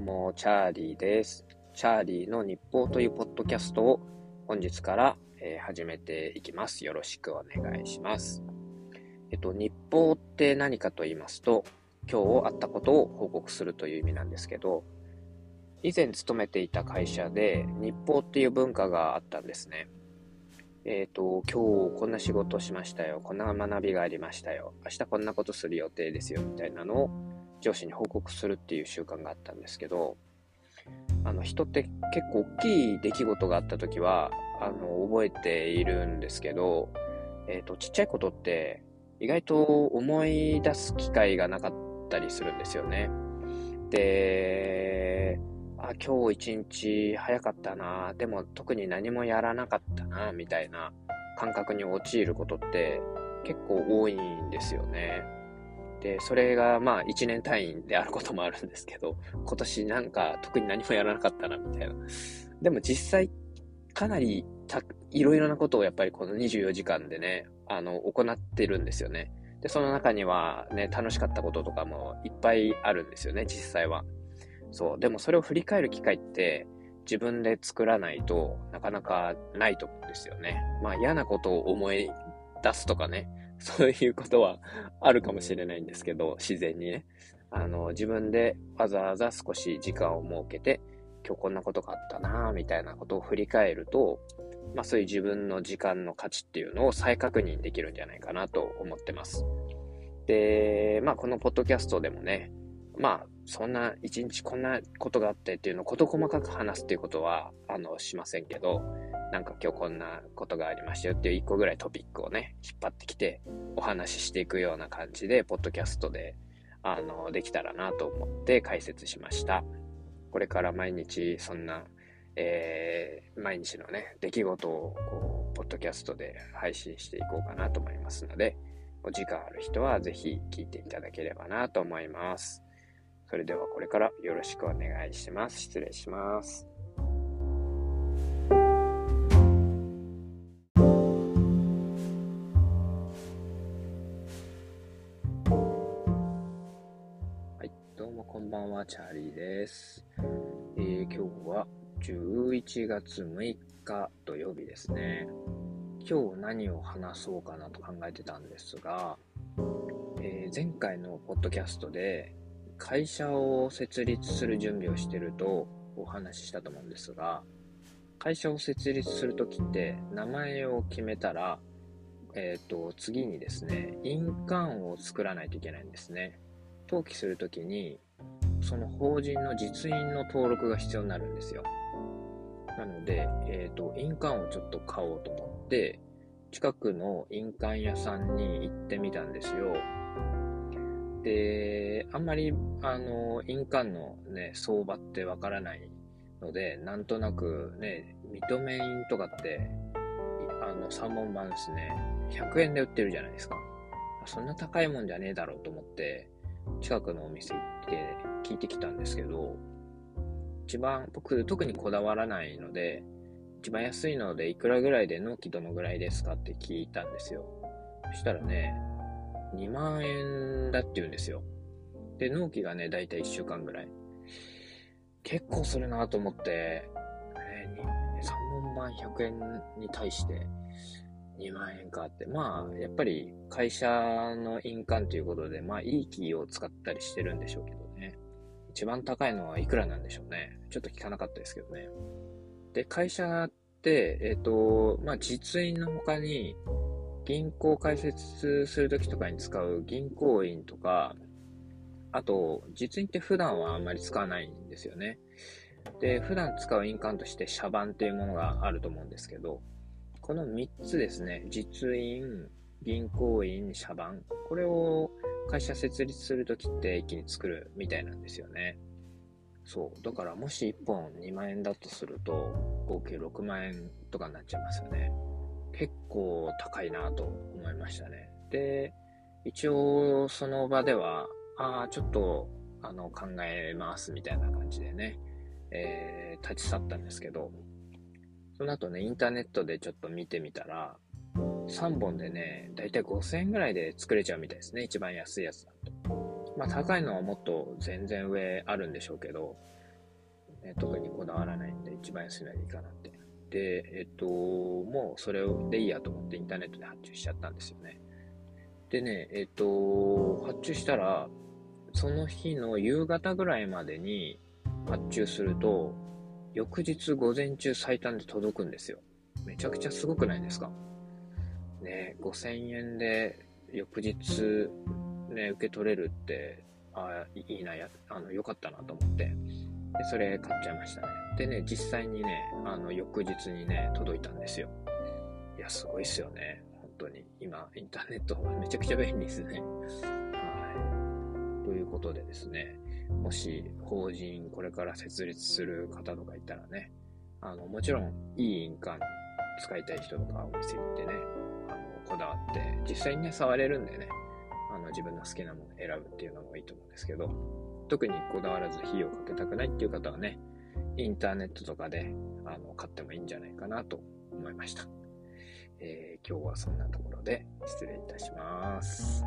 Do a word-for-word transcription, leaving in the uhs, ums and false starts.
もチャーリーです。チャーリーの日報というポッドキャストを本日から、えー始めていきます。よろしくお願いします。えっと、日報って何かと言いますと、今日あったことを報告するという意味なんですけど、以前勤めていた会社で日報っていう文化があったんですね。えっと、今日こんな仕事をしましたよ。こんな学びがありましたよ。明日こんなことする予定ですよ。みたいなのを上司に報告するっていう習慣があったんですけど、あの人って結構大きい出来事があった時はあの覚えているんですけど、えっと、ちっちゃいことって意外と思い出す機会がなかったりするんですよね。で、あ、今日一日早かったな、でも特に何もやらなかったな、みたいな感覚に陥ることって結構多いんですよね。で、それがまあいちねん単位であることもあるんですけど、今年なんか特に何もやらなかったな、みたいな。でも実際かなりたいろいろなことをやっぱりこのにじゅうよじかんでね、あの、行ってるんですよね。で、その中にはね、楽しかったこととかもいっぱいあるんですよね、実際は。そう。でもそれを振り返る機会って自分で作らないとなかなかないと思うんですよね。まあ嫌なことを思い出すとかね、そういうことはあるかもしれないんですけど、自然にね。あの、自分でわざわざ少し時間を設けて、今日こんなことがあったなぁ、みたいなことを振り返ると、まあそういう自分の時間の価値っていうのを再確認できるんじゃないかなと思ってます。で、まあこのポッドキャストでもね、まあそんな一日こんなことがあってっていうのを事細かく話すっていうことはあのしませんけど、なんか今日こんなことがありましたよっていう一個ぐらいトピックをね引っ張ってきてお話ししていくような感じでポッドキャストであのできたらなと思って解説しました。これから毎日そんな、えー、毎日のね出来事をこうポッドキャストで配信していこうかなと思いますので、お時間ある人はぜひ聞いていただければなと思います。それではこれからよろしくお願いします。失礼します。はい、どうもこんばんは、チャーリーです。えー、今日はじゅういちがつむいか土曜日ですね。今日何を話そうかなと考えてたんですが、えー前回のポッドキャストで会社を設立する準備をしてるとお話ししたと思うんですが、会社を設立するときって名前を決めたら、えっと、次にですね、印鑑を作らないといけないんですね。登記するときに、その法人の実印の登録が必要になるんですよ。なので、えっと、印鑑をちょっと買おうと思って、近くの印鑑屋さんに行ってみたんですよ。で、あんまり、あの、印鑑のね、相場ってわからないので、なんとなくね、認め印とかって、あの、さんぼんばんですね、ひゃくえんで売ってるじゃないですか。そんな高いもんじゃねえだろうと思って、近くのお店行って聞いてきたんですけど、一番、僕、特にこだわらないので、一番安いのでいくらぐらいで納期どのぐらいですかって聞いたんですよ。そしたらね、にまんえんだって言うんですよ。で、納期がね、だいたいいっしゅうかんぐらい。結構するなと思って、えー、さんぼんばんひゃくえんに対してにまんえんかって。まあ、やっぱり会社の印鑑ということで、まあ、いいキーを使ったりしてるんでしょうけどね。一番高いのはいくらなんでしょうね。ちょっと聞かなかったですけどね。で、会社って、えっと、まあ、実印の他に、銀行開設するときとかに使う銀行印とか、あと、実印って普段はあんまり使わないんですよね。で、普段使う印鑑として社番っていうものがあると思うんですけど、このみっつですね、実印、銀行印、社番、これを会社設立するときって一気に作るみたいなんですよね。そう。だからもしいっぽんにまん円だとすると、合計ろくまん円とかになっちゃいますよね。結構高いなと思いましたね。で、一応その場では、ああ、ちょっとあの考えますみたいな感じでね、えー立ち去ったんですけど、その後ね、インターネットでちょっと見てみたら、さんぼんでね、だいたいごせんえんぐらいで作れちゃうみたいですね。一番安いやつだと。まあ高いのはもっと全然上あるんでしょうけど、 ね、特にこだわらないんで一番安いのでいいかなって。で、えっと、もうそれでいいやと思ってインターネットで発注しちゃったんですよね。でね、えっと、発注したら、その日の夕方ぐらいまでに発注すると、翌日午前中最短で届くんですよ。めちゃくちゃすごくないですかね。ごせんえんで翌日ね、受け取れるって、あいいな、や、あの、良かったなと思って。で、それ買っちゃいましたね。でね、実際にね、あの、翌日にね、届いたんですよ。いや、すごいっすよね。本当に。今、インターネットめちゃくちゃ便利ですね。はい。ということでですね、もし法人これから設立する方とかいたらね、あの、もちろんいい印鑑使いたい人とかお店行ってね、あの、こだわって、実際にね、触れるんでね、あの、自分の好きなものを選ぶっていうのもいいと思うんですけど、特にこだわらず費用をかけたくないっていう方はね、インターネットとかで、あの、買ってもいいんじゃないかなと思いました。えー、今日はそんなところで失礼いたします。